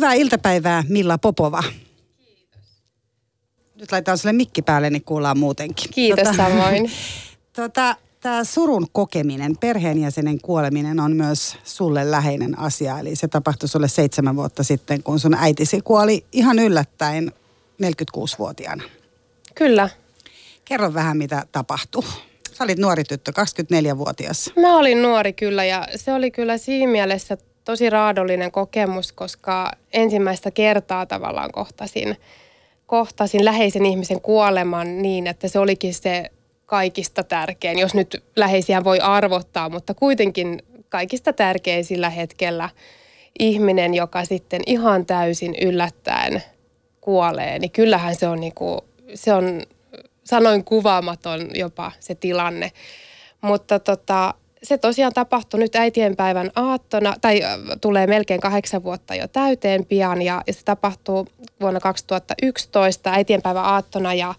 Hyvää iltapäivää, Milla Popova. Kiitos. Nyt laitetaan sulle mikki päälle, niin kuullaan muutenkin. Kiitos samoin. Tämä surun kokeminen, perheenjäsenen kuoleminen on myös sulle läheinen asia. Eli se tapahtui sulle 7 vuotta sitten, kun sun äitisi kuoli ihan yllättäen 46-vuotiaana. Kyllä. Kerro vähän, mitä tapahtui. Sä olit nuori tyttö, 24-vuotias. Mä olin nuori kyllä ja se oli kyllä siinä mielessä tosi raadollinen kokemus, koska ensimmäistä kertaa tavallaan kohtasin läheisen ihmisen kuoleman niin, että se olikin se kaikista tärkein, jos nyt läheisiä voi arvottaa, mutta kuitenkin kaikista tärkein sillä hetkellä ihminen, joka sitten ihan täysin yllättäen kuolee, niin kyllähän se on sanoin kuvaamaton jopa se tilanne. Mutta se tosiaan tapahtui nyt äitienpäivän aattona, tai tulee melkein 8 vuotta jo täyteen pian, ja se tapahtuu vuonna 2011 äitienpäivän aattona, ja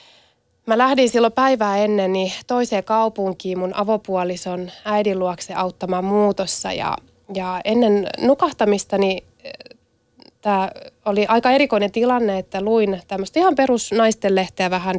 mä lähdin silloin päivää ennen niin toiseen kaupunkiin mun avopuolison äidin luokse auttamaan muutossa, ja ennen nukahtamistani tämä oli aika erikoinen tilanne, että luin tämmöistä ihan perusnaistenlehteä vähän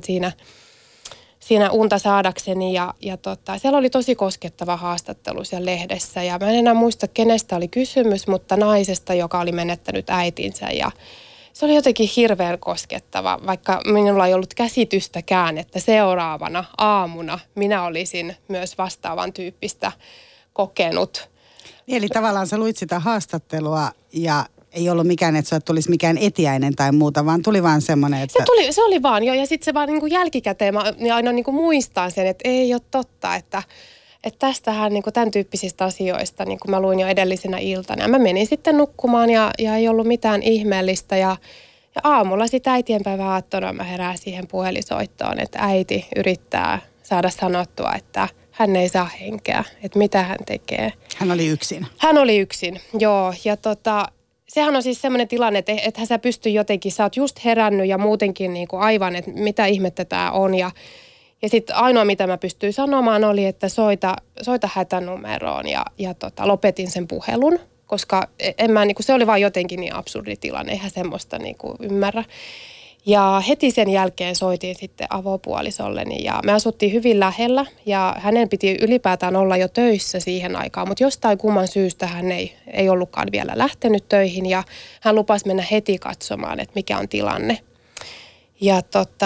siinä unta saadakseni ja siellä oli tosi koskettava haastattelu siellä lehdessä ja mä en enää muista kenestä oli kysymys, mutta naisesta, joka oli menettänyt äitinsä ja se oli jotenkin hirveän koskettava, vaikka minulla ei ollut käsitystäkään, että seuraavana aamuna minä olisin myös vastaavan tyyppistä kokenut. Eli tavallaan sä luit sitä haastattelua ja ei ollut mikään, että sulle tulisi mikään etiäinen tai muuta, vaan tuli vaan semmoinen, että Se oli vaan jo, ja sitten se vaan niin kuin jälkikäteen mä aina niin kuin muistan sen, että ei ole totta, että tästähän niin kuin tämän tyyppisistä asioista, niin kuin mä luin jo edellisenä iltana. Ja mä menin sitten nukkumaan ja ei ollut mitään ihmeellistä, ja aamulla sitten äitienpäivän aattona mä herään siihen puhelisoittoon, että äiti yrittää saada sanottua, että hän ei saa henkeä, että mitä hän tekee. Hän oli yksin. Hän oli yksin, joo, ja sehän on siis semmoinen tilanne, että ethän sä pysty jotenkin, sä oot just herännyt ja muutenkin niin kuin aivan, että mitä ihmettä tää on. Ja sitten ainoa, mitä mä pystyin sanomaan oli, että soita hätänumeroon ja lopetin sen puhelun, koska se oli vaan jotenkin niin absurdi tilanne, eihän semmoista niin kuin ymmärrä. Ja heti sen jälkeen soitin sitten avopuolisolleni ja me asuttiin hyvin lähellä ja hänen piti ylipäätään olla jo töissä siihen aikaan, mutta jostain kumman syystä hän ei ollutkaan vielä lähtenyt töihin ja hän lupasi mennä heti katsomaan, että mikä on tilanne. Ja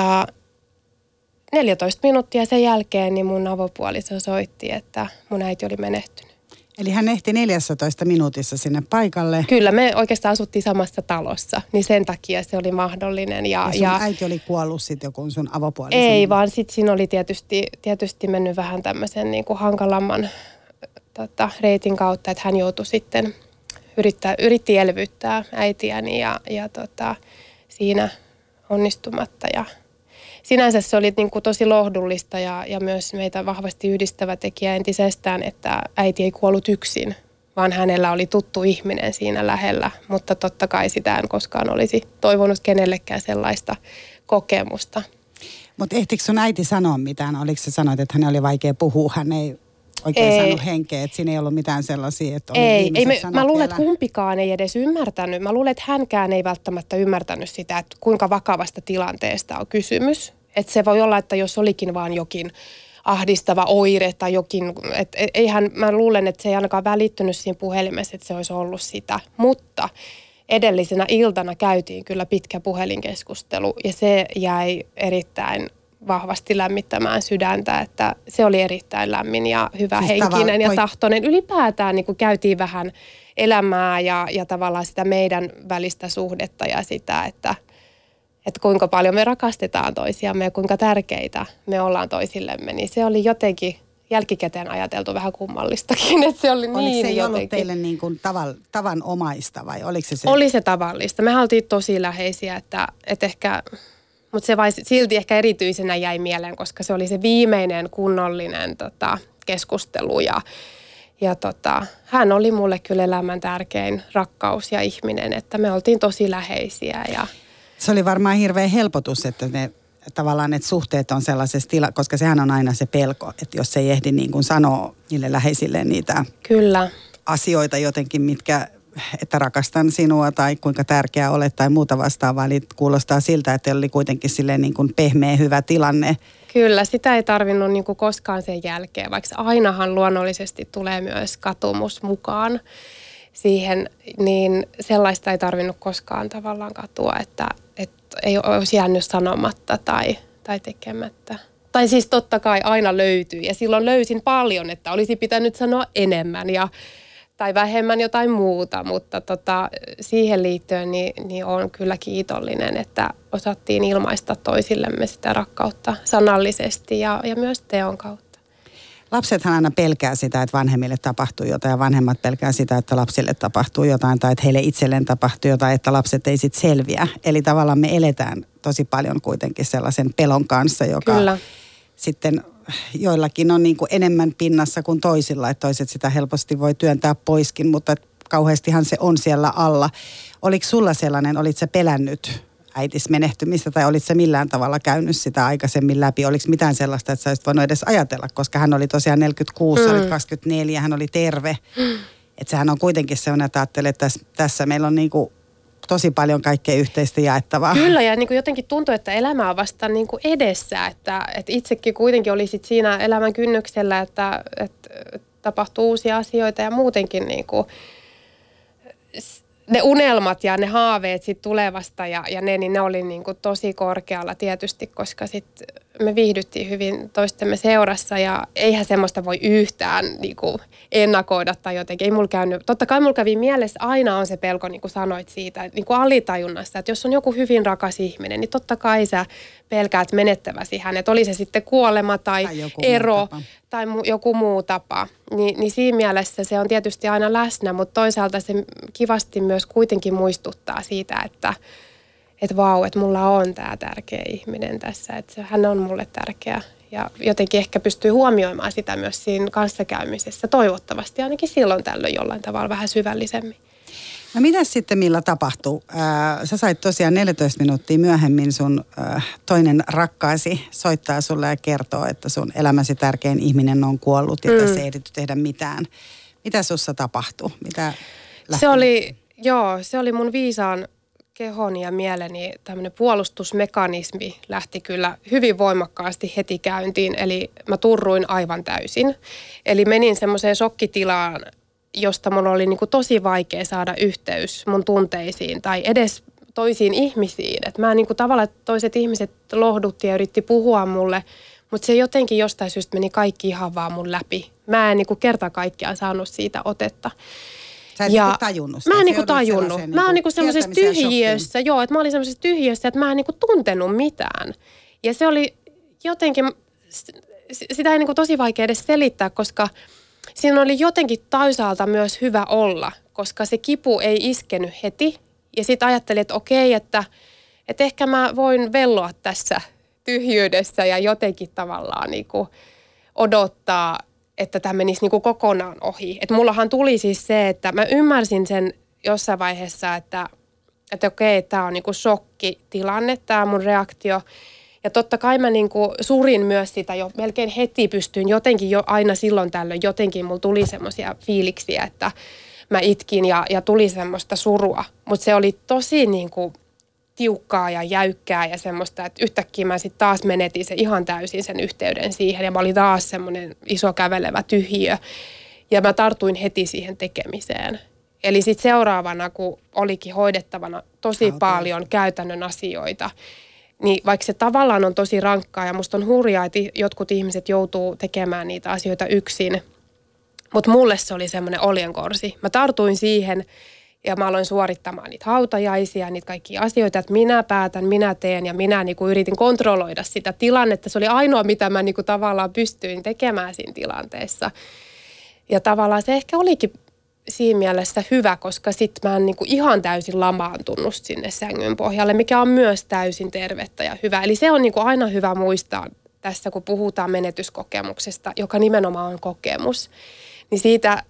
14 minuuttia sen jälkeen niin mun avopuoliso soitti, että mun äiti oli menehtynyt. Eli hän ehti 14 minuutissa sinne paikalle. Kyllä, me oikeastaan asuttiin samassa talossa, niin sen takia se oli mahdollinen. Ja sun äiti oli kuollut sitten joku sun avopuoliso? Ei, vaan sitten siinä oli tietysti mennyt vähän tämmöisen niin kuin hankalamman reitin kautta, että hän joutui sitten yritti elvyttää äitiäni ja siinä onnistumatta. Ja sinänsä se oli niin kuin tosi lohdullista ja myös meitä vahvasti yhdistävä tekijä entisestään, että äiti ei kuollut yksin, vaan hänellä oli tuttu ihminen siinä lähellä. Mutta totta kai sitä en koskaan olisi toivonut kenellekään sellaista kokemusta. Mutta ehtikö sun äiti sanoa mitään? Oliko se sanoit, että hän oli vaikea puhua, hän ei oikein saanut henkeä, että siinä ei ollut mitään sellaisia, että oli viimeiset sanat mä luulen, vielä. että kumpikaan ei edes ymmärtänyt. Mä luulen, että hänkään ei välttämättä ymmärtänyt sitä, että kuinka vakavasta tilanteesta on kysymys. Että se voi olla, että jos olikin vaan jokin ahdistava oire tai jokin, että mä luulen, että se ei ainakaan välittynyt siinä puhelimessa, että se olisi ollut sitä. Mutta edellisenä iltana käytiin kyllä pitkä puhelinkeskustelu ja se jäi erittäin vahvasti lämmittämään sydäntä, että se oli erittäin lämmin ja hyvä henkinen ja tahtoinen. Ylipäätään niin kuin käytiin vähän elämää ja tavallaan sitä meidän välistä suhdetta ja sitä, että kuinka paljon me rakastetaan toisiamme ja kuinka tärkeitä me ollaan toisillemme, niin se oli jotenkin jälkikäteen ajateltu vähän kummallistakin, että se oli niin oliko se ei jotenkin. ollut teille niin kuin tavanomaista vai oliko se? Oli se tavallista. Me oltiin tosi läheisiä, että ehkä, mutta se silti ehkä erityisenä jäi mieleen, koska se oli se viimeinen kunnollinen keskustelu ja hän oli mulle kyllä elämän tärkein rakkaus ja ihminen, että me oltiin tosi läheisiä ja se oli varmaan hirveä helpotus, että tavallaan että suhteet on sellaisessa tilassa, koska sehän on aina se pelko, että jos ei ehdi niin kuin sanoa niille läheisille niitä kyllä asioita jotenkin, mitkä että rakastan sinua tai kuinka tärkeä olet tai muuta vastaavaa. Eli kuulostaa siltä, että oli kuitenkin silleen niin kuin pehmeä hyvä tilanne. Kyllä, sitä ei tarvinnut niin kuin koskaan sen jälkeen, vaikka ainahan luonnollisesti tulee myös katumus mukaan siihen, niin sellaista ei tarvinnut koskaan tavallaan katua, että ei olisi jäänyt sanomatta tai tekemättä. Tai siis totta kai aina löytyy ja silloin löysin paljon, että olisi pitänyt sanoa enemmän tai vähemmän jotain muuta, mutta siihen liittyen niin olen kyllä kiitollinen, että osattiin ilmaista toisillemme sitä rakkautta sanallisesti ja myös teon kautta. Lapsethan aina pelkää sitä, että vanhemmille tapahtuu jotain ja vanhemmat pelkää sitä, että lapsille tapahtuu jotain tai että heille itselleen tapahtuu jotain, että lapset ei sitten selviä. Eli tavallaan me eletään tosi paljon kuitenkin sellaisen pelon kanssa, joka kyllä sitten joillakin on niin kuin enemmän pinnassa kuin toisilla, että toiset sitä helposti voi työntää poiskin, mutta kauheastihan se on siellä alla. Oliko sulla sellainen, olit sä pelännyt äitis menehtymistä tai olit sä millään tavalla käynyt sitä aikaisemmin läpi? Oliko mitään sellaista, että sä olisit voinut edes ajatella, koska hän oli tosiaan 46, olit 24, hän oli terve. Että sehän on kuitenkin sellainen, että ajattelee, että tässä meillä on niin kuin tosi paljon kaikkea yhteistä jaettavaa. Kyllä, ja niin kuin jotenkin tuntuu, että elämä on vasta niin kuin edessä, että itsekin kuitenkin olisit siinä elämän kynnyksellä, että tapahtuu uusia asioita ja muutenkin niin kuin ne unelmat ja ne haaveet sit tulevasta ja ne oli niin kuin tosi korkealla tietysti, koska sitten me viihdyttiin hyvin toistemme seurassa ja eihän semmoista voi yhtään niin kuin ennakoida tai jotenkin. Ei mulla käynyt, totta kai mulla kävi mielessä, aina on se pelko, niin kuin sanoit siitä, että niin kuin alitajunnassa, että jos on joku hyvin rakas ihminen, niin totta kai sä pelkäät menettäväsi hänet. Oli se sitten kuolema tai ero tai joku muu tapa. Niin siinä mielessä se on tietysti aina läsnä, mutta toisaalta se kivasti myös kuitenkin muistuttaa siitä, että vau, että mulla on tämä tärkeä ihminen tässä, että hän on mulle tärkeä. Ja jotenkin ehkä pystyy huomioimaan sitä myös siinä kanssakäymisessä, toivottavasti ainakin silloin tällöin jollain tavalla vähän syvällisemmin. No mitäs sitten Milla tapahtui? Sä sait tosiaan 14 minuuttia myöhemmin sun toinen rakkaasi soittaa sulle ja kertoo, että sun elämäsi tärkein ihminen on kuollut ja tässä ei ehditty tehdä mitään. Mitä sussa tapahtui? Se oli mun viisaan kehoni ja mieleni tämmöinen puolustusmekanismi lähti kyllä hyvin voimakkaasti heti käyntiin, eli mä turruin aivan täysin. Eli menin semmoiseen shokkitilaan, josta mun oli niin kuin tosi vaikea saada yhteys mun tunteisiin tai edes toisiin ihmisiin. Että mä niin kuin tavallaan toiset ihmiset lohdutti ja yritti puhua mulle, mutta se jotenkin jostain syystä meni kaikki ihan vaan mun läpi. Mä en niin kuin kerta kaikkiaan saanut siitä otetta. Sä et niinku tajunnut sitä. Mä en niinku tajunnut. Mä oon niinku semmoisessa tyhjiössä, että mä olin semmoisessa tyhjiössä, että mä en niinku tuntenut mitään. Ja se oli jotenkin, sitä ei niinku tosi vaikea edes selittää, koska siinä oli jotenkin toisaalta myös hyvä olla, koska se kipu ei iskenyt heti. Ja sitten ajattelin, että okei, että ehkä mä voin velloa tässä tyhjyydessä ja jotenkin tavallaan niinku odottaa, että tämä menisi niin kuin kokonaan ohi. Että mullahan tuli siis se, että mä ymmärsin sen jossain vaiheessa, että okei, tämä on niin kuin shokkitilanne, tämä mun reaktio. Ja totta kai mä niin kuin surin myös sitä jo melkein heti, pystyin jotenkin jo aina silloin tällöin jotenkin mulla tuli semmoisia fiiliksiä, että mä itkin ja tuli semmoista surua. Mutta se oli tosi niin kuin tiukkaa ja jäykkää ja semmoista, että yhtäkkiä mä sitten taas menetin se ihan täysin sen yhteyden siihen ja mä olin taas semmoinen iso kävelevä tyhjiö ja mä tartuin heti siihen tekemiseen. Eli sitten seuraavana, kun olikin hoidettavana tosi paljon käytännön asioita, niin vaikka se tavallaan on tosi rankkaa ja musta on hurjaa, että jotkut ihmiset joutuu tekemään niitä asioita yksin, mutta mulle se oli semmoinen oljenkorsi. Mä tartuin siihen ja mä aloin suorittamaan niitä hautajaisia, niitä kaikkia asioita, että minä päätän, minä teen ja minä niin kuin yritin kontrolloida sitä tilannetta. Se oli ainoa, mitä mä niin kuin tavallaan pystyin tekemään siinä tilanteessa. Ja tavallaan se ehkä olikin siinä mielessä hyvä, koska sitten mä en niin kuin ihan täysin lamaantunut sinne sängyn pohjalle, mikä on myös täysin tervettä ja hyvä. Eli se on niin kuin aina hyvä muistaa tässä, kun puhutaan menetyskokemuksesta, joka nimenomaan on kokemus. Niin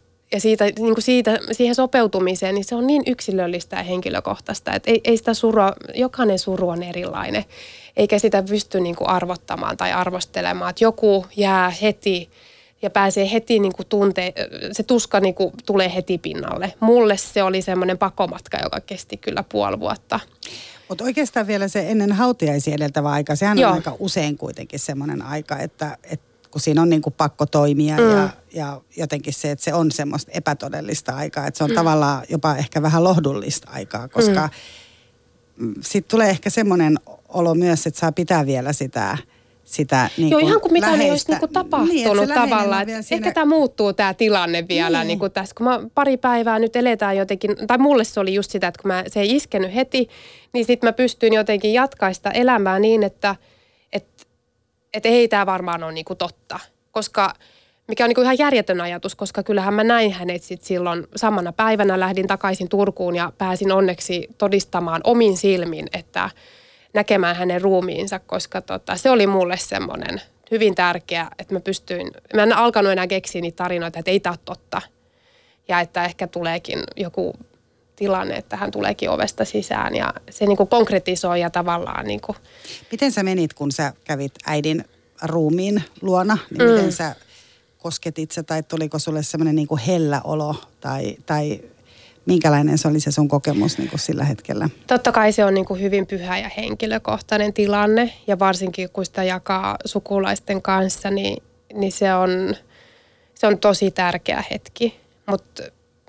siihen sopeutumiseen, niin se on niin yksilöllistä ja henkilökohtaista, että ei sitä surua, jokainen suru on erilainen, eikä sitä pysty niin kuin arvottamaan tai arvostelemaan, että joku jää heti ja pääsee heti niin kuin se tuska niin kuin tulee heti pinnalle. Mulle se oli semmoinen pakomatka, joka kesti kyllä 5 vuotta. Mutta oikeastaan vielä se ennen hautajaisia edeltävä aika, sehän on aika usein kuitenkin semmoinen aika, että kun siinä on niin kuin pakko toimia ja jotenkin se, että se on semmoista epätodellista aikaa, että se on tavallaan jopa ehkä vähän lohdullista aikaa, koska sitten tulee ehkä semmoinen olo myös, että saa pitää vielä sitä niin kuin ihan kuin mitään läheistä. ei olisi niin kuin tapahtunut tavallaan. Ehkä tämä muuttuu tämä tilanne vielä niin kuin tässä. Kun pari päivää nyt eletään jotenkin, tai mulle se oli just sitä, että kun se ei iskenyt heti, niin sitten mä pystyin jotenkin jatkaa sitä elämää niin, että ei tämä varmaan ole niin kuin totta. Koska, mikä on niin kuin ihan järjetön ajatus, koska kyllähän mä näin hänet sitten silloin samana päivänä, lähdin takaisin Turkuun ja pääsin onneksi todistamaan omin silmin, että näkemään hänen ruumiinsa, koska se oli mulle semmoinen hyvin tärkeä, että mä en alkanut enää keksiä niitä tarinoita, että ei tämä ole totta. Ja että ehkä tuleekin joku tilanne, että hän tuleekin ovesta sisään ja se niin kuin konkretisoi ja tavallaan niin kuin. Miten sä menit, kun sä kävit äidin ruumiin luona, niin miten sä kosketit sä tai tuliko sulle semmoinen niin kuin hellä olo tai minkälainen se oli se sun kokemus niin kuin sillä hetkellä? Totta kai se on niin kuin hyvin pyhä ja henkilökohtainen tilanne ja varsinkin kun sitä jakaa sukulaisten kanssa, niin se on tosi tärkeä hetki, mutta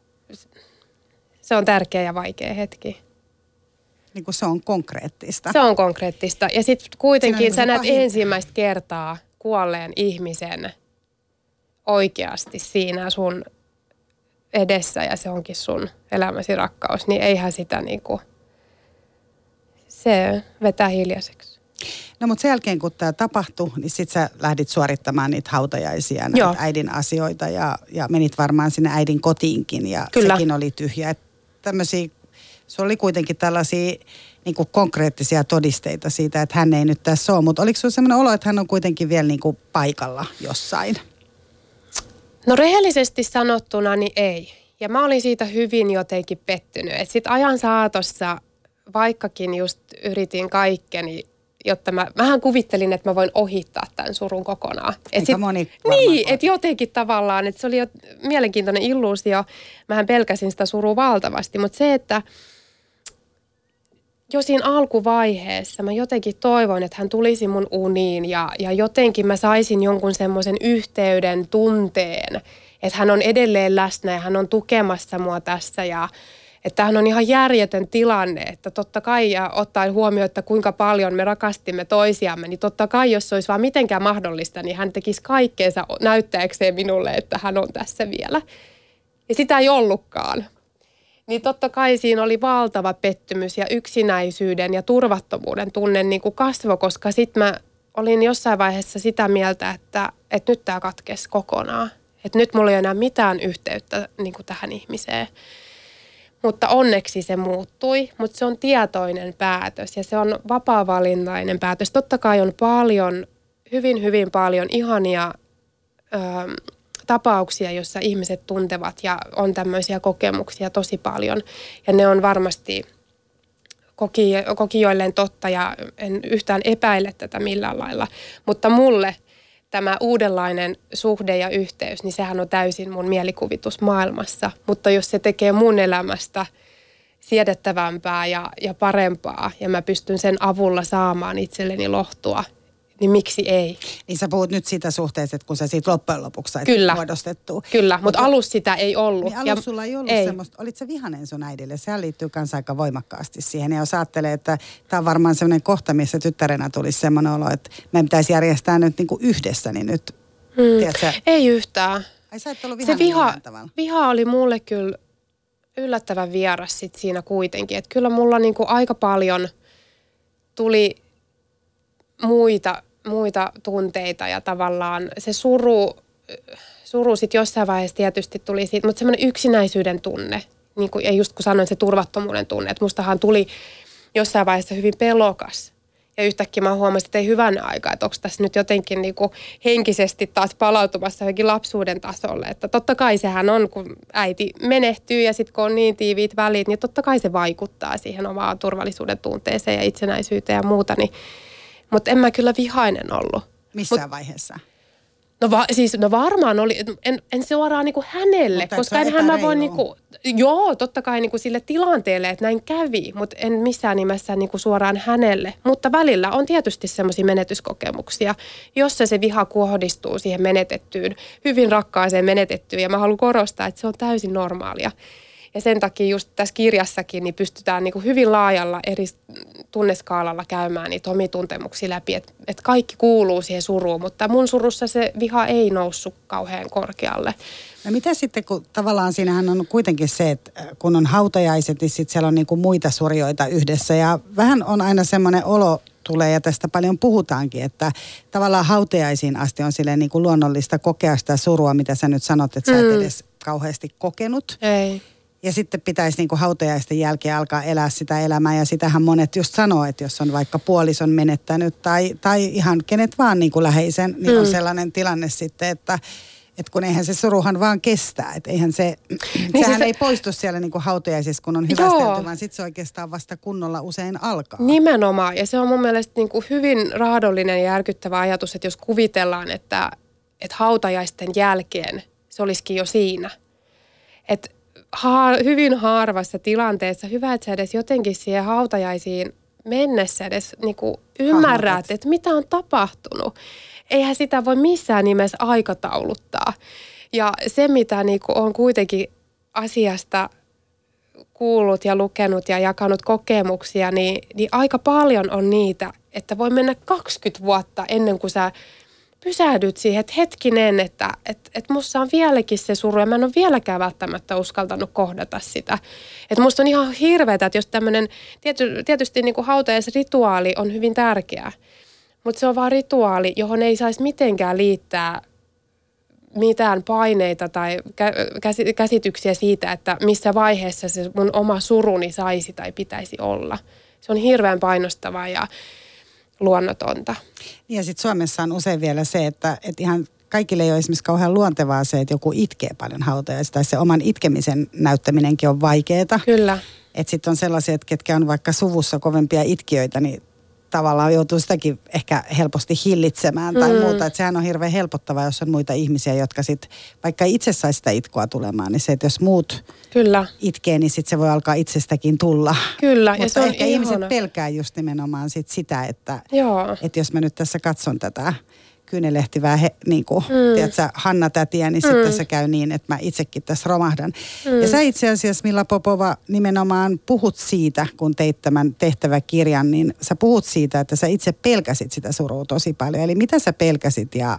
se on tärkeä ja vaikea hetki. Niin kuin se on konkreettista. Se on konkreettista ja sitten kuitenkin sä näet ensimmäistä kertaa kuolleen ihmisen oikeasti siinä sun edessä ja se onkin sun elämäsi rakkaus, niin eihän sitä niinku, se vetää hiljaiseksi. No mutta sen jälkeen kun tämä tapahtui, niin sit sä lähdit suorittamaan niitä hautajaisia, näitä äidin asioita ja menit varmaan sinne äidin kotiinkin ja kyllä. Sekin oli tyhjä. Että tämmöisiä, se oli kuitenkin tällaisia niinku konkreettisia todisteita siitä, että hän ei nyt tässä ole, mutta oliko sinulla sellainen olo, että hän on kuitenkin vielä niinku paikalla jossain? No rehellisesti sanottuna niin ei. Ja mä olin siitä hyvin jotenkin pettynyt. Että sit ajan saatossa, vaikkakin just yritin kaikkeni, jotta mähän kuvittelin, että mä voin ohittaa tämän surun kokonaan. Niin, että jotenkin tavallaan, että se oli jo mielenkiintoinen illuusio. Mähän pelkäsin sitä surua valtavasti, mutta se, että jo siinä alkuvaiheessa mä jotenkin toivoin, että hän tulisi mun uniin ja jotenkin mä saisin jonkun semmoisen yhteyden tunteen, että hän on edelleen läsnä ja hän on tukemassa mua tässä ja että tämähän on ihan järjetön tilanne, että totta kai ja ottaen huomioon, että kuinka paljon me rakastimme toisiamme, niin totta kai jos se olisi vaan mitenkään mahdollista, niin hän tekisi kaikkeensa näyttääkseen minulle, että hän on tässä vielä. Ja sitä ei ollutkaan. Niin totta kai siinä oli valtava pettymys ja yksinäisyyden ja turvattomuuden tunne niin kuin kasvoi, koska sitten mä olin jossain vaiheessa sitä mieltä, että nyt tämä katkesi kokonaan. Että nyt mulla ei ole enää mitään yhteyttä niin kuin tähän ihmiseen. Mutta onneksi se muuttui, mutta se on tietoinen päätös ja se on vapaa-valintainen päätös. Totta kai on paljon, hyvin paljon ihania tapauksia, joissa ihmiset tuntevat ja on tämmöisiä kokemuksia tosi paljon. Ja ne on varmasti kokijoilleen totta ja en yhtään epäile tätä millään lailla. Mutta mulle tämä uudenlainen suhde ja yhteys, niin sehän on täysin mun mielikuvitusmaailmassa. Mutta jos se tekee mun elämästä siedettävämpää ja parempaa ja mä pystyn sen avulla saamaan itselleni lohtua, niin miksi ei? Niin sä puhut nyt siitä suhteesta, että kun sä siitä loppujen lopuksi sait muodostettua. Kyllä, mutta alussa sitä ei ollut. Niin alussa sulla ei ollut semmoista, olit sä vihainen sun äidille? Sehän liittyy kanssa aika voimakkaasti siihen. Ja jos ajattelee, että tämä on varmaan semmoinen kohta, missä tyttärenä tulisi semmoinen olo, että meidän pitäisi järjestää nyt niin kuin yhdessä, niin nyt, tiedätkö? Ei yhtään. Ai sä et ollut vihainen viha oli mulle kyllä yllättävän vieras sit siinä kuitenkin. Että kyllä mulla niin kuin aika paljon tuli muita tunteita ja tavallaan se suru sitten jossain vaiheessa tietysti tuli siitä, mutta semmoinen yksinäisyyden tunne, niin kuin, ja just kun sanoin se turvattomuuden tunne, että mustahan tuli jossain vaiheessa hyvin pelokas. Ja yhtäkkiä mä huomasin, että ei hyvän aikaa, että onko tässä nyt jotenkin niin kuin henkisesti taas palautumassa johonkin lapsuuden tasolle. Että totta kai sehän on, kun äiti menehtyy ja sitten kun on niin tiiviit välit, niin totta kai se vaikuttaa siihen omaan turvallisuuden tunteeseen ja itsenäisyyteen ja muuta, niin mutta en mä kyllä vihainen ollut. Missään vaiheessa? No varmaan oli, en suoraan niin kuin hänelle, mutta koska enhän mä voin niin kuin, joo, totta kai niin kuin sille tilanteelle, että näin kävi, mutta en missään nimessä niin kuin suoraan hänelle. Mutta välillä on tietysti semmoisia menetyskokemuksia, jossa se viha kohdistuu siihen menetettyyn, hyvin rakkaaseen menetettyyn, ja mä haluan korostaa, että se on täysin normaalia. Ja sen takia just tässä kirjassakin niin pystytään niin kuin hyvin laajalla eri tunneskaalalla käymään niitä omia tuntemuksia läpi, että kaikki kuuluu siihen suruun, mutta mun surussa se viha ei noussut kauhean korkealle. No mitä sitten, kun tavallaan siinähän on kuitenkin se, että kun on hautajaiset, niin sitten siellä on niin kuin muita surjoita yhdessä ja vähän on aina semmoinen olo tulee ja tästä paljon puhutaankin, että tavallaan hautajaisiin asti on silleen niin kuin luonnollista kokea sitä surua, mitä sä nyt sanot, että sä et edes kauheasti kokenut. Ei. Ja sitten pitäisi niin kuin hautajaisten jälkeen alkaa elää sitä elämää ja sitähän monet just sanoo, että jos on vaikka puolison menettänyt tai ihan kenet vaan niin kuin läheisen, niin on sellainen tilanne sitten, että kun eihän se suruhan vaan kestää. Että eihän se, niin sehän ei poistu siellä niin kuin hautajaisissa, kun on hyvästelty, vaan sitten se oikeastaan vasta kunnolla usein alkaa. Nimenomaan. Ja se on mun mielestä niin kuin hyvin raadollinen ja järkyttävä ajatus, että jos kuvitellaan, että hautajaisten jälkeen se olisikin jo siinä. Että hyvin harvassa tilanteessa, hyvä, että sä edes jotenkin siihen hautajaisiin mennessä edes niin kuin ymmärrät, että mitä on tapahtunut. Eihän sitä voi missään nimessä aikatauluttaa. Ja se, mitä niin kuin on kuitenkin asiasta kuullut ja lukenut ja jakanut kokemuksia, niin aika paljon on niitä, että voi mennä 20 vuotta ennen kuin sä pysähdyt siihen, että hetkinen, että musta on vieläkin se suru ja mä en ole vieläkään välttämättä uskaltanut kohdata sitä. Että musta on ihan hirveetä, että jos tämmöinen, tietysti niin kuin hautajaisrituaali on hyvin tärkeä, mutta se on vaan rituaali, johon ei saisi mitenkään liittää mitään paineita tai käsityksiä siitä, että missä vaiheessa se mun oma suruni saisi tai pitäisi olla. Se on hirveän painostavaa ja luonnotonta. Ja sitten Suomessa on usein vielä se, että ihan kaikille ei ole esimerkiksi kauhean luontevaa se, että joku itkee paljon hautajaisissa, tai se oman itkemisen näyttäminenkin on vaikeaa. Kyllä. Että sitten on sellaisia, että ketkä on vaikka suvussa kovempia itkijöitä, niin tavallaan joutuu sitäkin ehkä helposti hillitsemään tai muuta. Että sehän on hirveän helpottavaa, jos on muita ihmisiä, jotka sitten, vaikka itse saisi sitä itkua tulemaan, niin se, että jos muut itkee, niin sitten se voi alkaa itsestäkin tulla. Kyllä. Mutta ja se on ehkä ihmiset pelkää just nimenomaan sitä, että jos mä nyt tässä katson tätä kyynelehtivää tiedätkö, Hanna-tätiä, niin sitten tässä käy niin, että mä itsekin tässä romahdan. Ja sä itse asiassa, Milla Popova, nimenomaan puhut siitä, kun teit tämän tehtäväkirjan, niin sä puhut siitä, että sä itse pelkäsit sitä surua tosi paljon. Eli mitä sä pelkäsit ja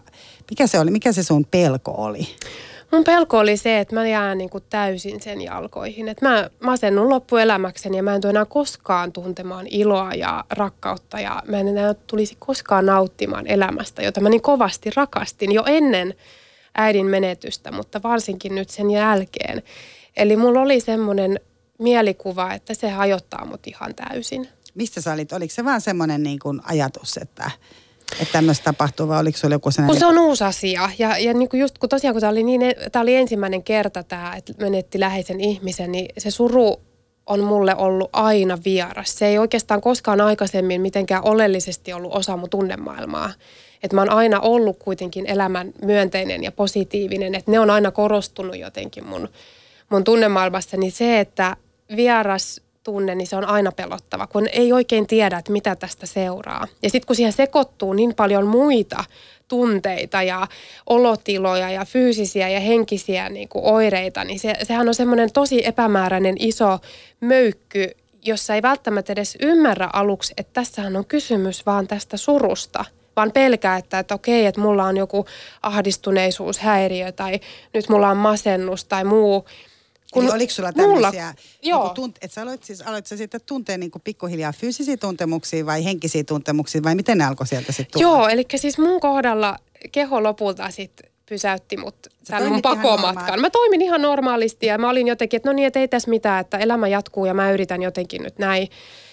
mikä se sun pelko oli? Mun pelko oli se, että mä jään niin kuin täysin sen jalkoihin. Että mä masennun loppuelämäkseni ja mä en tule enää koskaan tuntemaan iloa ja rakkautta. Ja mä en enää tulisi koskaan nauttimaan elämästä, jota mä niin kovasti rakastin jo ennen äidin menetystä, mutta varsinkin nyt sen jälkeen. Eli mulla oli semmoinen mielikuva, että se hajottaa mut ihan täysin. Mistä sä olit? Oliko se vaan semmoinen niin kuin ajatus, että tämmöistä tapahtuu, vai oliko sulla joku sellainen? Kun se on uusi asia. Ja niin kuin just kun tosiaan, kun tämä oli ensimmäinen kerta että menetti läheisen ihmisen, niin se suru on mulle ollut aina vieras. Se ei oikeastaan koskaan aikaisemmin mitenkään oleellisesti ollut osa mun tunnemaailmaa. Että mä oon aina ollut kuitenkin elämän myönteinen ja positiivinen, että ne on aina korostunut jotenkin mun tunnemaailmassa, niin se, että vieras tunne, niin se on aina pelottava, kun ei oikein tiedä, että mitä tästä seuraa. Ja sitten kun siihen sekoittuu niin paljon muita tunteita ja olotiloja ja fyysisiä ja henkisiä niin kuin oireita, niin sehän on semmoinen tosi epämääräinen iso möykky, jossa ei välttämättä edes ymmärrä aluksi, että tässähän on kysymys vaan tästä surusta, vaan pelkää, että okei, että mulla on joku ahdistuneisuushäiriö tai nyt mulla on masennus tai muu. Eli oliko sulla tämmöisiä, että aloit sä sitten tuntea niin kuin pikkuhiljaa fyysisiä tuntemuksia vai henkisiä tuntemuksia vai miten ne alkoi sieltä sitten tulla? Joo, eli siis mun kohdalla keho lopulta sitten pysäytti mut tämän mun pakomatkan. Mä toimin ihan normaalisti ja mä olin jotenkin, että no niin, että ei tässä mitään, että elämä jatkuu ja mä yritän jotenkin nyt näin.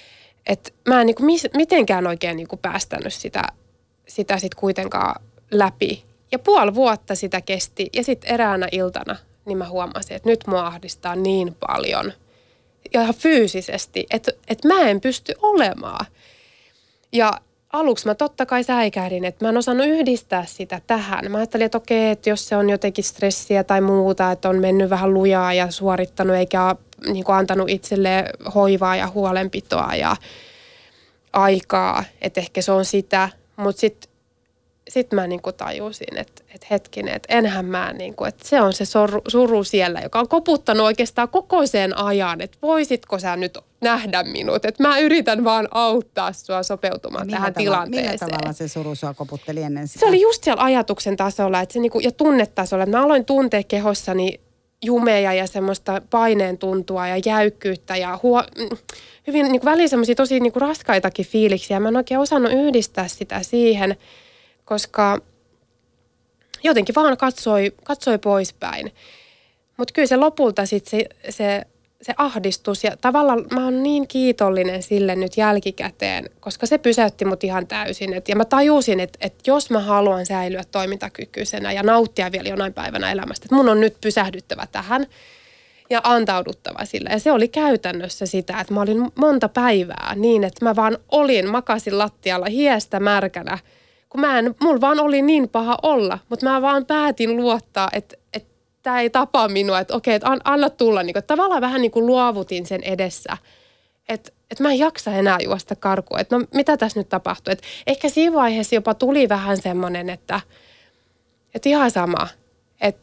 Että mä en niin kuin mitenkään oikein niin kuin päästänyt sitä sitten kuitenkaan läpi. Ja puoli vuotta sitä kesti ja sitten eräänä iltana niin mä huomasin, että nyt mua ahdistaa niin paljon ja fyysisesti, että mä en pysty olemaan. Ja aluksi mä totta kai säikähdin, että mä en osannut yhdistää sitä tähän. Mä ajattelin, että okei, että jos se on jotenkin stressiä tai muuta, että on mennyt vähän lujaa ja suorittanut eikä niin kuin antanut itselleen hoivaa ja huolenpitoa ja aikaa, että ehkä se on sitä. Mutta sitten mä niin kuin tajusin, että hetkinen, että enhän mä, niin kuin, että se on se suru siellä, joka on koputtanut oikeastaan koko sen ajan, että voisitko sä nyt nähdä minut, että mä yritän vaan auttaa sua sopeutumaan tähän tilanteeseen. Millä tavalla se suru sua koputteli ennen sitä? Se oli just siellä ajatuksen tasolla että se niinku, ja tunnetasolla, että mä aloin tuntea kehossani jumeja ja semmoista paineen tuntua ja jäykkyyttä ja hyvin niinku välillä semmoisia tosi niinku raskaitakin fiiliksiä. Mä en oikein osannut yhdistää sitä siihen, koska jotenkin vaan katsoi poispäin. Mutta kyllä se lopulta sitten se ahdistus ja tavallaan mä oon niin kiitollinen sille nyt jälkikäteen, koska se pysäytti mut ihan täysin. Ja mä tajusin, että jos mä haluan säilyä toimintakykyisenä ja nauttia vielä jonain päivänä elämästä, että mun on nyt pysähdyttävä tähän ja antauduttava sille. Ja se oli käytännössä sitä, että mä olin monta päivää niin, että mä vaan makasin lattialla hiestä märkänä, kun mulla vaan oli niin paha olla, mutta mä vaan päätin luottaa, että tämä ei tapa minua, että okei, että anna tulla. Niin kuin, tavallaan vähän niin kuin luovutin sen edessä, että mä en jaksa enää juosta karkuun, että no mitä tässä nyt tapahtuu. Että ehkä siinä vaiheessa jopa tuli vähän semmoinen, että ihan sama, että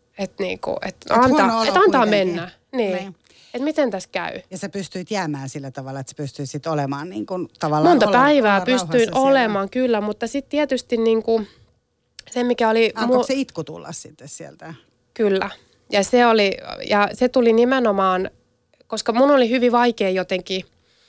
antaa mennä. Niin. Että miten tässä käy. Ja sä pystyit jäämään sillä tavalla, että sä pystyisit olemaan niin kuin tavallaan monta päivää pystyin olemaan kyllä, mutta sitten tietysti niin kuin se mikä oli... Alkoiko se itku tulla sitten sieltä? Kyllä. Ja se tuli nimenomaan, koska mun oli hyvin vaikea jotenkin,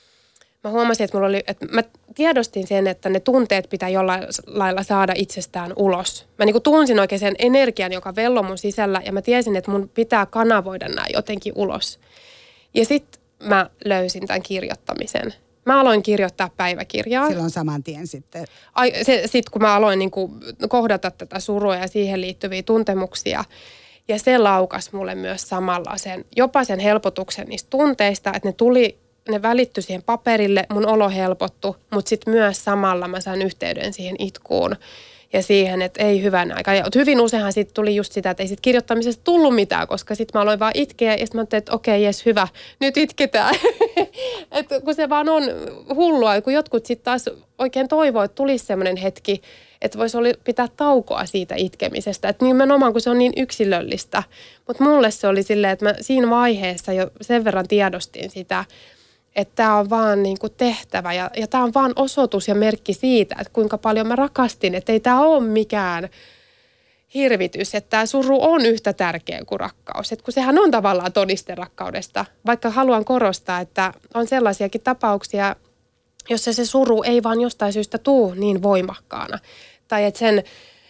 mä huomasin, että mä tiedostin sen, että ne tunteet pitää jollain lailla saada itsestään ulos. Mä niin kuin tunsin oikein sen energian, joka velloi mun sisällä ja mä tiesin, että mun pitää kanavoida nämä jotenkin ulos. Ja sitten mä löysin tämän kirjoittamisen. Mä aloin kirjoittaa päiväkirjaa. Silloin saman tien sitten. Sitten kun mä aloin niin kuin kohdata tätä surua ja siihen liittyviä tuntemuksia. Ja se laukas mulle myös samalla jopa sen helpotuksen niistä tunteista, että ne välittyi siihen paperille, mun olo helpottui, mutta sitten myös samalla mä sain yhteyden siihen itkuun ja siihen, että ei hyvän aika. Ja hyvin useinhan sitten tuli just sitä, että ei sit kirjoittamisesta tullut mitään, koska sitten mä aloin vaan itkeä ja sitten mä ajattelin, että okei, jes, hyvä, nyt itketään. Että kun se vaan on hullua, kun jotkut sitten taas oikein toivoo, että tulisi semmoinen hetki, että voisi pitää taukoa siitä itkemisestä. Että nimenomaan, kun se on niin yksilöllistä. Mutta mulle se oli silleen, että mä siinä vaiheessa jo sen verran tiedostin sitä, että tämä on vaan niin kuin tehtävä ja tämä on vaan osoitus ja merkki siitä, että kuinka paljon mä rakastin. Että ei tämä ole mikään hirvitys, että tämä suru on yhtä tärkeä kuin rakkaus. Että kun sehän on tavallaan todiste rakkaudesta, vaikka haluan korostaa, että on sellaisiakin tapauksia, jossa se suru ei vaan jostain syystä tuu niin voimakkaana. Tai että sen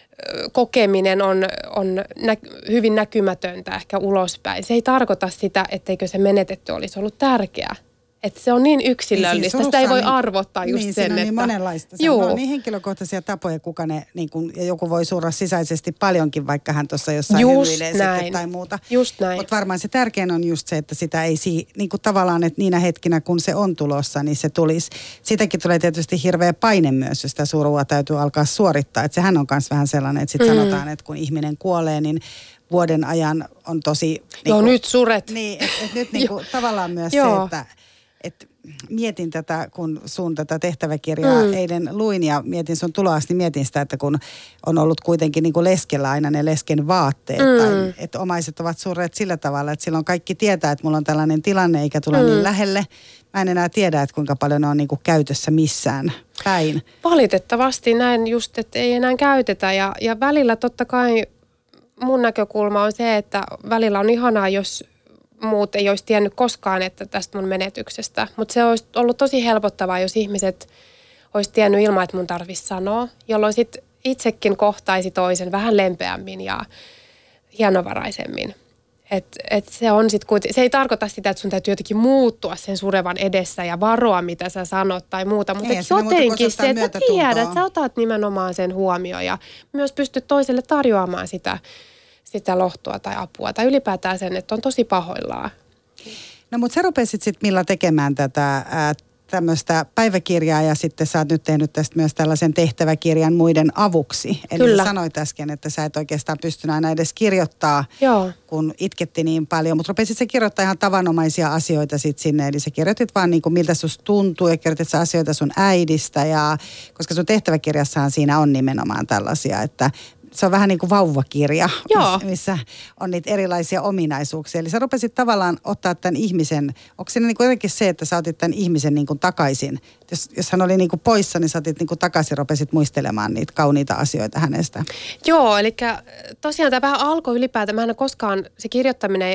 kokeminen on hyvin näkymätöntä ehkä ulospäin. Se ei tarkoita sitä, etteikö se menetetty olisi ollut tärkeä. Että se on niin yksilöllistä, sitä ei voi arvottaa just niin, sen, että... Niin, siinä on niin monenlaista. Se on niin henkilökohtaisia tapoja, kuka ne, niin kun, ja joku voi surra sisäisesti paljonkin, vaikka hän tuossa jossain hymyilee sitten tai muuta. Just näin. Mutta varmaan se tärkein on just se, että sitä ei niin kuin tavallaan, että niinä hetkinä, kun se on tulossa, niin se tulisi. Siitäkin tulee tietysti hirveä paine myös, jos sitä surua täytyy alkaa suorittaa. Että sehän on myös vähän sellainen, että sitten sanotaan, että kun ihminen kuolee, niin vuoden ajan on tosi... Joo, nyt suret. Niin, että nyt niin kuin, tavallaan myös se, että mietin tätä, kun sun tätä tehtäväkirjaa eilen luin ja mietin sun tuloasti, mietin sitä, että kun on ollut kuitenkin niin kuin leskellä aina ne lesken vaatteet, tai että omaiset ovat surreet sillä tavalla, että silloin kaikki tietää, että mulla on tällainen tilanne eikä tule niin lähelle. Mä en enää tiedä, että kuinka paljon ne on niin kuin käytössä missään päin. Valitettavasti näin just, että ei enää käytetä ja välillä totta kai mun näkökulma on se, että välillä on ihanaa, jos muut ei olisi tiennyt koskaan, että tästä mun menetyksestä. Mutta se olisi ollut tosi helpottavaa, jos ihmiset olisi tiennyt ilman, että mun tarvitsisi sanoa, jolloin sitten itsekin kohtaisi toisen vähän lempeämmin ja hienovaraisemmin. Et se on sit se ei tarkoita sitä, että sun täytyy jotenkin muuttua sen surevan edessä ja varoa, mitä sä sanot tai muuta. Mutta jotenkin se, että sä tiedät, sä otat nimenomaan sen huomioon ja myös pystyt toiselle tarjoamaan sitä lohtua tai apua tai ylipäätään sen, että on tosi pahoillaan. No mutta sä rupesit sitten Milla tekemään tätä tämmöistä päiväkirjaa ja sitten sä oot nyt tehnyt tästä myös tällaisen tehtäväkirjan muiden avuksi. Eli Kyllä. sanoit äsken, että sä et oikeastaan pystynyt aina edes kirjoittaa, Joo. kun itketti niin paljon. Mutta rupesit sä kirjoittaa ihan tavanomaisia asioita sitten sinne. Eli sä kirjoitit vaan niin kuin miltä susta tuntuu ja kirjoitit sä asioita sun äidistä. Koska sun tehtäväkirjassahan siinä on nimenomaan tällaisia, että se on vähän niin kuin vauvakirja, missä on niitä erilaisia ominaisuuksia. Eli sä rupesit tavallaan ottaa tämän ihmisen, onko siinä niin kuin jotenkin se, että sä otit tämän ihmisen niin kuin takaisin? Jos hän oli niin kuin poissa, niin sä otit niin kuin takaisin, rupesit muistelemaan niitä kauniita asioita hänestä. Joo, eli tosiaan tämä vähän alkoi ylipäätään. Mä en koskaan, se kirjoittaminen ei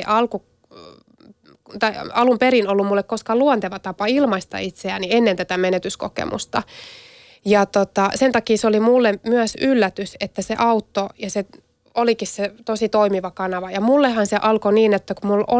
alun perin ollut mulle koskaan luonteva tapa ilmaista itseäni ennen tätä menetyskokemusta. Ja sen takia se oli mulle myös yllätys, että se auttoi ja se olikin se tosi toimiva kanava. Ja mullehan se alkoi niin, että kun mulla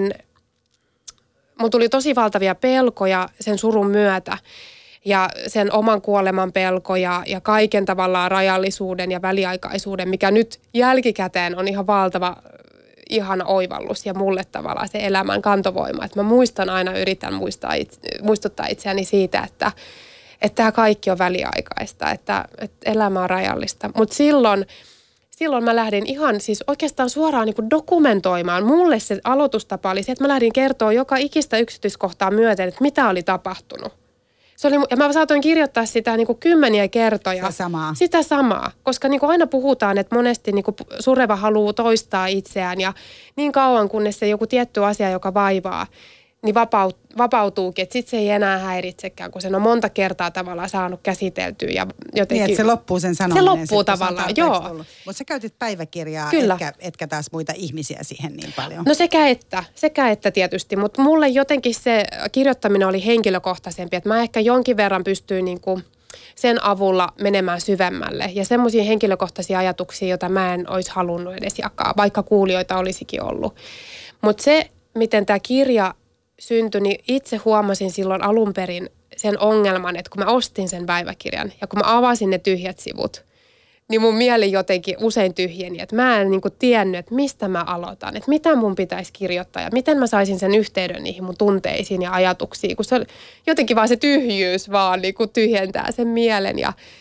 tuli tosi valtavia pelkoja sen surun myötä ja sen oman kuoleman pelko ja kaiken tavallaan rajallisuuden ja väliaikaisuuden, mikä nyt jälkikäteen on ihan valtava ihana oivallus ja mulle tavallaan se elämän kantovoima. Että mä muistan aina, yritän muistuttaa itseäni siitä, että tämä kaikki on väliaikaista, että elämä on rajallista. Mutta silloin mä lähdin ihan siis oikeastaan suoraan niin kuin dokumentoimaan. Mulle se aloitustapa oli se, että mä lähdin kertoa joka ikistä yksityiskohtaa myöten, että mitä oli tapahtunut. Ja mä saatoin kirjoittaa sitä niin kuin kymmeniä kertoja. Sitä samaa. Koska niin kuin aina puhutaan, että monesti niin kuin sureva haluaa toistaa itseään ja niin kauan, kunnes se joku tietty asia, joka vaivaa, niin vapautuukin, että sitten se ei enää häiritsekään, kun sen on monta kertaa tavallaan saanut käsiteltyä ja jotenkin. Niin, että se loppuu sen sanominen. Se loppuu tavallaan, joo. Mutta sä käytit päiväkirjaa, etkä taas muita ihmisiä siihen niin paljon. No sekä että tietysti, mutta mulle jotenkin se kirjoittaminen oli henkilökohtaisempi, että mä ehkä jonkin verran pystyin niinku sen avulla menemään syvemmälle ja semmoisia henkilökohtaisia ajatuksia, joita mä en olisi halunnut edes jakaa, vaikka kuulijoita olisikin ollut. Mutta se, miten tämä kirja syntyi, niin itse huomasin silloin alun perin sen ongelman, että kun mä ostin sen päiväkirjan ja kun mä avasin ne tyhjät sivut, niin mun mieli jotenkin usein tyhjeni, että mä en niin kuin tiennyt, että mistä mä aloitan, että mitä mun pitäisi kirjoittaa ja miten mä saisin sen yhteyden niihin mun tunteisiin ja ajatuksiin, kun se jotenkin vaan se tyhjyys vaan niin kuin tyhjentää sen mielen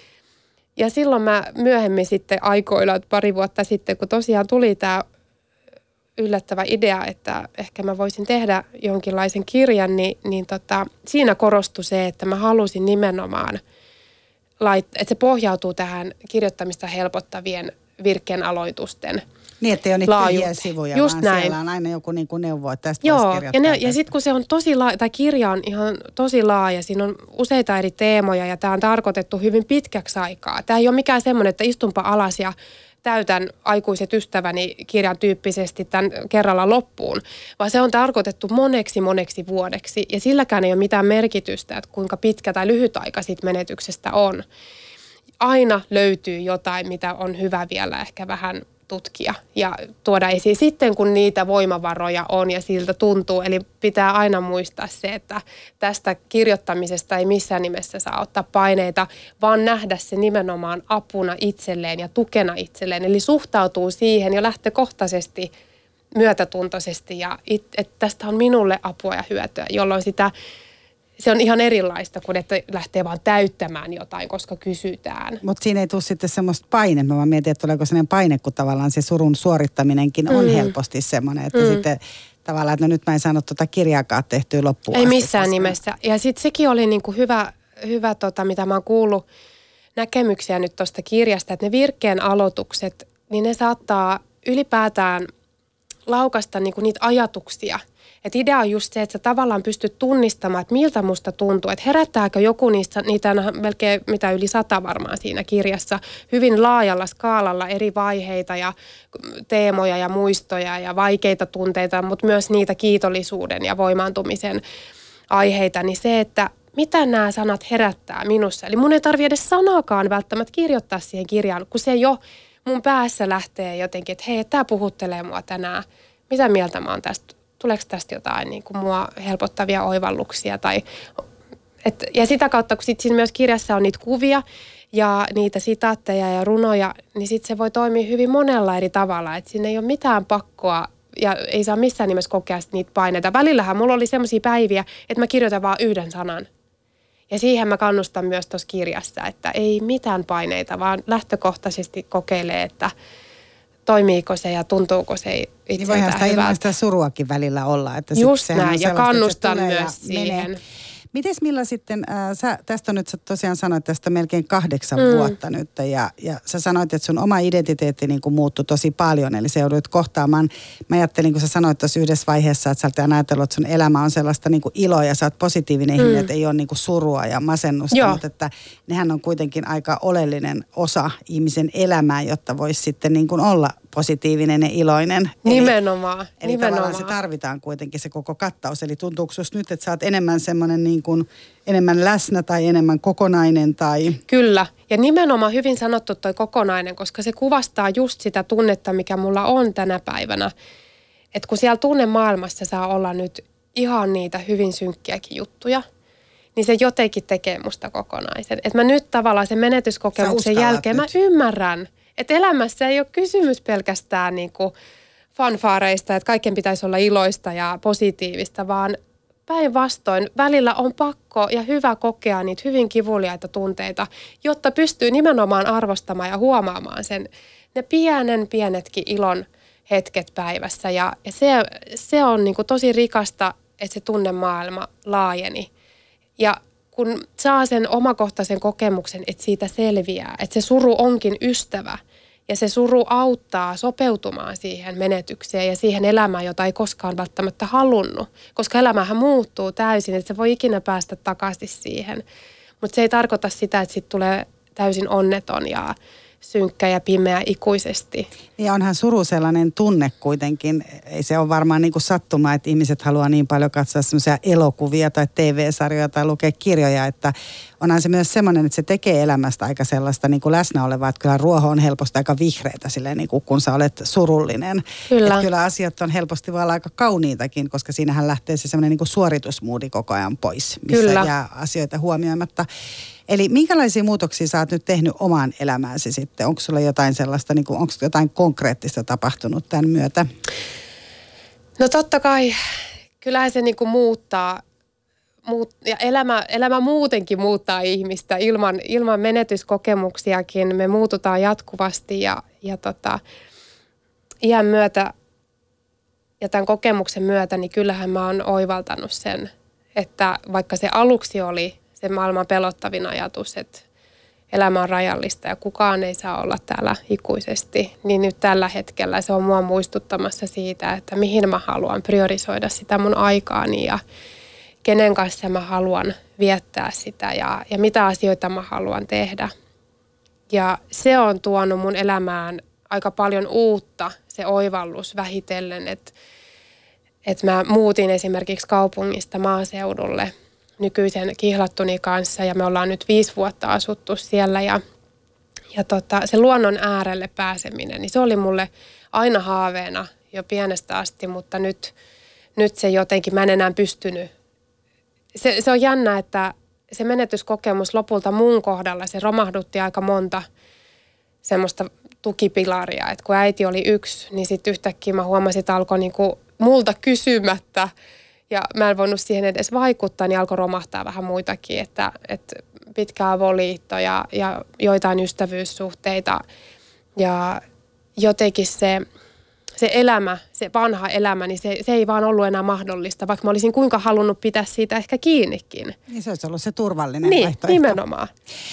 ja silloin mä myöhemmin sitten aikoilla, pari vuotta sitten, kun tosiaan tuli tämä yllättävä idea, että ehkä mä voisin tehdä jonkinlaisen kirjan, niin siinä korostui se, että mä halusin nimenomaan, että se pohjautuu tähän kirjoittamista helpottavien virkkeen aloitusten niin, ettei ole niitä tyhjiä sivuja, just vaan näin. Siellä on aina joku niin kuin neuvo, että tästä voisi kirjoittaa. Ja sitten kun se on tosi laaja, tämä kirja on ihan tosi laaja, siinä on useita eri teemoja ja tämä on tarkoitettu hyvin pitkäksi aikaa. Tämä ei ole mikään semmoinen, että istunpa alas ja täytän aikuiset ystäväni kirjan tyyppisesti tämän kerralla loppuun, vaan se on tarkoitettu moneksi vuodeksi ja silläkään ei ole mitään merkitystä, että kuinka pitkä tai lyhyt aika siitä menetyksestä on. Aina löytyy jotain, mitä on hyvä vielä ehkä vähän tutkia ja tuoda esiin sitten, kun niitä voimavaroja on ja siltä tuntuu. Eli pitää aina muistaa se, että tästä kirjoittamisesta ei missään nimessä saa ottaa paineita, vaan nähdä se nimenomaan apuna itselleen ja tukena itselleen. Eli suhtautuu siihen jo lähtökohtaisesti myötätuntoisesti ja että tästä on minulle apua ja hyötyä, jolloin se on ihan erilaista kuin, että lähtee vaan täyttämään jotain, koska kysytään. Mutta siinä ei tule sitten semmoista paine. Mä vaan mietin, että tuleeko sellainen paine, kun tavallaan se surun suorittaminenkin on helposti semmoinen, että sitten tavallaan, että no nyt mä en saanut tuota kirjaakaan tehtyä loppuun ei asti. Missään nimessä. Ja sitten sekin oli niinku hyvä mitä mä oon kuullut näkemyksiä nyt tuosta kirjasta, että ne virkkeen aloitukset, niin ne saattaa ylipäätään laukasta niinku niitä ajatuksia. Että idea on just se, että sä tavallaan pystyt tunnistamaan, että miltä musta tuntuu, että herättääkö joku niitä on melkein mitä yli 100 varmaan siinä kirjassa, hyvin laajalla skaalalla eri vaiheita ja teemoja ja muistoja ja vaikeita tunteita, mutta myös niitä kiitollisuuden ja voimaantumisen aiheita, niin se, että mitä nämä sanat herättää minussa. Eli mun ei tarvitse edes sanaakaan välttämättä kirjoittaa siihen kirjaan, kun se jo mun päässä lähtee jotenkin, että hei, tämä puhuttelee mua tänään. Mitä mieltä mä oon tästä? Tuleeko tästä jotain niin kuin mua helpottavia oivalluksia? Ja sitä kautta, kun siinä myös kirjassa on niitä kuvia ja niitä sitaatteja ja runoja, niin sitten se voi toimia hyvin monella eri tavalla. Että siinä ei ole mitään pakkoa ja ei saa missään nimessä kokea niitä paineita. Välillähän mulla oli semmoisia päiviä, että mä kirjoitan vaan yhden sanan. Ja siihen mä kannustan myös tuossa kirjassa, että ei mitään paineita, vaan lähtökohtaisesti kokeilee, että toimiiko se ja tuntuuko se itseltään niin voihan sitä hyvältä. ilman sitä suruakin välillä olla. Että just näin, ja kannustan myös siihen. Menee. Mites Milla sitten, tästä on nyt, sä tosiaan sanoit tästä melkein 8 vuotta nyt ja sä sanoit, että sun oma identiteetti niin kuin muuttui tosi paljon, eli se joudut kohtaamaan. Mä ajattelin, kun sä sanoit tuossa yhdessä vaiheessa, että sä olet ajatellut, että sun elämä on sellaista niin kuin iloa ja sä oot positiivinen ihminen, että ei ole niin kuin surua ja masennusta, mutta että nehän on kuitenkin aika oleellinen osa ihmisen elämää, jotta voisi sitten niin kuin olla positiivinen ja iloinen. Nimenomaan. Eli tavallaan se tarvitaan kuitenkin se koko kattaus. Eli tuntuuko susta nyt, että sä oot enemmän semmoinen niin kuin, enemmän läsnä tai enemmän kokonainen tai... Kyllä. Ja nimenomaan hyvin sanottu toi kokonainen, koska se kuvastaa just sitä tunnetta, mikä mulla on tänä päivänä. Että kun siellä tunnemaailmassa saa olla nyt ihan niitä hyvin synkkiäkin juttuja, niin se jotenkin tekee musta kokonaisen. Että mä nyt tavallaan sen menetyskokemuksen jälkeen mä ymmärrän, että elämässä ei ole kysymys pelkästään niin kuin fanfaareista, että kaiken pitäisi olla iloista ja positiivista, vaan päinvastoin välillä on pakko ja hyvä kokea niitä hyvin kivuliaita tunteita, jotta pystyy nimenomaan arvostamaan ja huomaamaan ne pienetkin ilon hetket päivässä. Ja se on niin kuin tosi rikasta, että se tunnemaailma laajeni. Ja kun saa sen omakohtaisen kokemuksen, että siitä selviää, että se suru onkin ystävä ja se suru auttaa sopeutumaan siihen menetykseen ja siihen elämään, jota ei koskaan välttämättä halunnut. Koska elämähän muuttuu täysin, että se voi ikinä päästä takaisin siihen. Mutta se ei tarkoita sitä, että siitä tulee täysin onneton ja synkkä ja pimeä ikuisesti. Ja onhan suru sellainen tunne kuitenkin. Ei se ole varmaan niin kuin sattuma, että ihmiset haluaa niin paljon katsoa semmoisia elokuvia tai TV-sarjoja tai lukea kirjoja, että onhan se myös semmoinen, että se tekee elämästä aika sellaista niin kuin läsnä olevaa, että kyllä ruoho on helposti aika vihreätä silleen, niin kuin kun sä olet surullinen. Kyllä. Että kyllä asiat on helposti vaan aika kauniitakin, koska siinähän lähtee se semmoinen niin kuin suoritusmoodi koko ajan pois, missä kyllä. jää asioita huomioimatta. Eli minkälaisia muutoksia sä oot nyt tehnyt omaan elämääsi sitten? Onko sulla jotain sellaista, niin kuin, onko jotain konkreettista tapahtunut tämän myötä? No totta kai, kyllähän se niin kuin muuttaa. Ja elämä muutenkin muuttaa ihmistä ilman menetyskokemuksiakin. Me muututaan jatkuvasti ja iän myötä ja tämän kokemuksen myötä, niin kyllähän mä oon oivaltanut sen, että vaikka se aluksi oli se maailman pelottavin ajatus, että elämä on rajallista ja kukaan ei saa olla täällä ikuisesti, niin nyt tällä hetkellä se on mua muistuttamassa siitä, että mihin mä haluan priorisoida sitä mun aikaani ja kenen kanssa mä haluan viettää sitä ja mitä asioita mä haluan tehdä. Ja se on tuonut mun elämään aika paljon uutta, se oivallus vähitellen, että mä muutin esimerkiksi kaupungista maaseudulle nykyisen kihlattuni kanssa ja me ollaan nyt 5 vuotta asuttu siellä ja se luonnon äärelle pääseminen, niin se oli mulle aina haaveena jo pienestä asti, mutta nyt se jotenkin, mä en enää pystynyt. Se on jännä, että se menetyskokemus lopulta mun kohdalla, se romahdutti aika monta semmoista tukipilaria, että kun äiti oli yksi, niin sitten yhtäkkiä mä huomasin, että alkoi niinku multa kysymättä ja mä en voinut siihen edes vaikuttaa, niin alkoi romahtaa vähän muitakin, että pitkä avoliitto ja joitain ystävyyssuhteita ja jotenkin se elämä, se vanha elämä, niin se ei vaan ollut enää mahdollista, vaikka mä olisin kuinka halunnut pitää siitä ehkä kiinnikin. Niin se olisi ollut se turvallinen vaihtoehto. Niin, nimenomaan.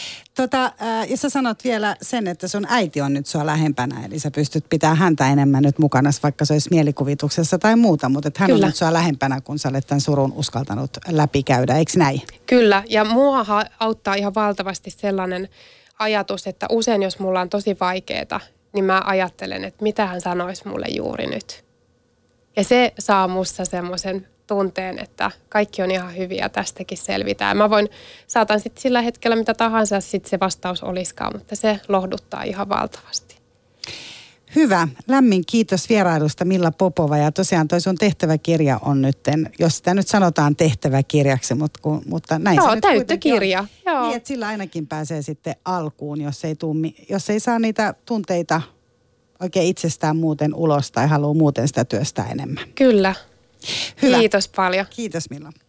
Ja sä sanot vielä sen, että sun äiti on nyt sua lähempänä, eli sä pystyt pitämään häntä enemmän nyt mukana, vaikka se olisi mielikuvituksessa tai muuta, mutta että hän Kyllä. on nyt sua lähempänä, kun sä olet tämän surun uskaltanut läpikäydä, eikö näin? Kyllä, ja mua auttaa ihan valtavasti sellainen ajatus, että usein jos mulla on tosi vaikeaa, niin mä ajattelen, että mitä hän sanoisi mulle juuri nyt. Ja se saa musta semmoisen tunteen, että kaikki on ihan hyviä ja tästäkin selvitään. Mä saatan sitten sillä hetkellä mitä tahansa sitten se vastaus olisikaan, mutta se lohduttaa ihan valtavasti. Hyvä. Lämmin kiitos vierailusta Milla Popova. Ja tosiaan toi sun tehtäväkirja on nyt, jos sitä nyt sanotaan tehtäväkirjaksi, mutta näin se nyt täyttökirja. Joo. Niin, että sillä ainakin pääsee sitten alkuun, jos ei saa niitä tunteita oikein itsestään muuten ulos tai haluaa muuten sitä työstää enemmän. Kyllä. Hyvä. Kiitos paljon. Kiitos Milla.